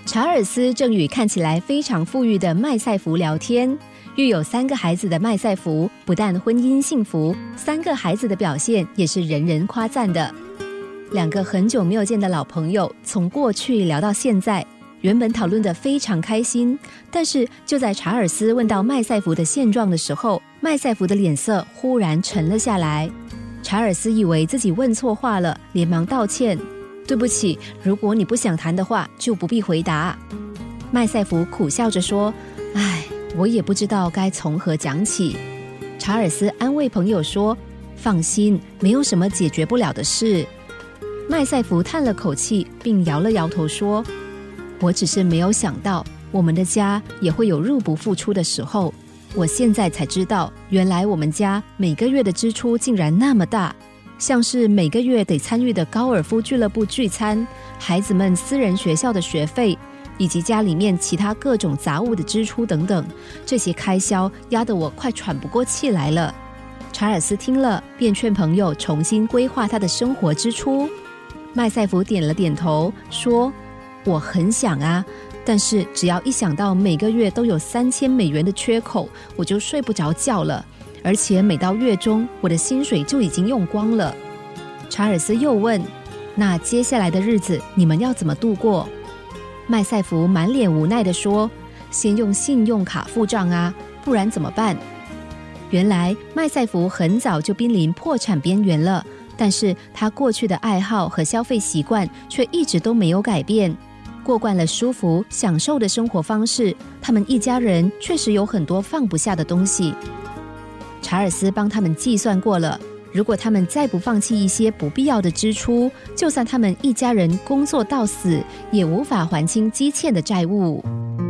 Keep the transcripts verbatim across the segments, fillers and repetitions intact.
查尔斯正与看起来非常富裕的麦赛福聊天。育有三个孩子的麦赛福不但婚姻幸福，三个孩子的表现也是人人夸赞的。两个很久没有见的老朋友从过去聊到现在，原本讨论得非常开心，但是就在查尔斯问到麦赛福的现状的时候，麦赛福的脸色忽然沉了下来。查尔斯以为自己问错话了，连忙道歉，对不起，如果你不想谈的话就不必回答。麦赛福苦笑着说，唉，我也不知道该从何讲起。查尔斯安慰朋友说，放心，没有什么解决不了的事。麦赛福叹了口气，并摇了摇头说，我只是没有想到我们的家也会有入不敷出的时候。我现在才知道，原来我们家每个月的支出竟然那么大，像是每个月得参与的高尔夫俱乐部聚餐，孩子们私人学校的学费，以及家里面其他各种杂物的支出等等，这些开销压得我快喘不过气来了。查尔斯听了，便劝朋友重新规划他的生活支出。麦赛福点了点头，说，我很想啊，但是只要一想到每个月都有三千美元的缺口，我就睡不着觉了，而且每到月中，我的薪水就已经用光了。查尔斯又问，那接下来的日子你们要怎么度过？麦赛福满脸无奈地说，先用信用卡付账啊，不然怎么办？原来麦赛福很早就濒临破产边缘了，但是他过去的爱好和消费习惯却一直都没有改变。过惯了舒服享受的生活方式，他们一家人确实有很多放不下的东西。查尔斯帮他们计算过了，如果他们再不放弃一些不必要的支出，就算他们一家人工作到死，也无法还清积欠的债务。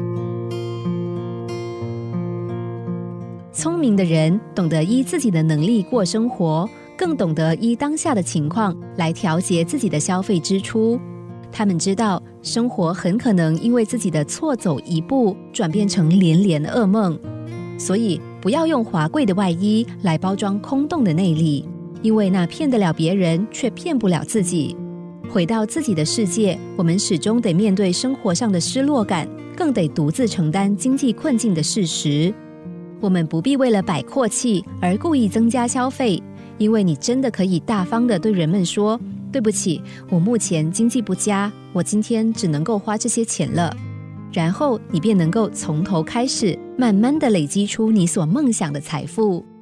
聪明的人懂得依自己的能力过生活，更懂得依当下的情况来调节自己的消费支出。他们知道生活很可能因为自己的错走一步转变成连连噩梦，所以不要用华贵的外衣来包装空洞的内里，因为那骗得了别人却骗不了自己。回到自己的世界，我们始终得面对生活上的失落感，更得独自承担经济困境的事实。我们不必为了摆阔气而故意增加消费，因为你真的可以大方地对人们说，对不起，我目前经济不佳，我今天只能够花这些钱了。然后你便能够从头开始，慢慢地累积出你所梦想的财富。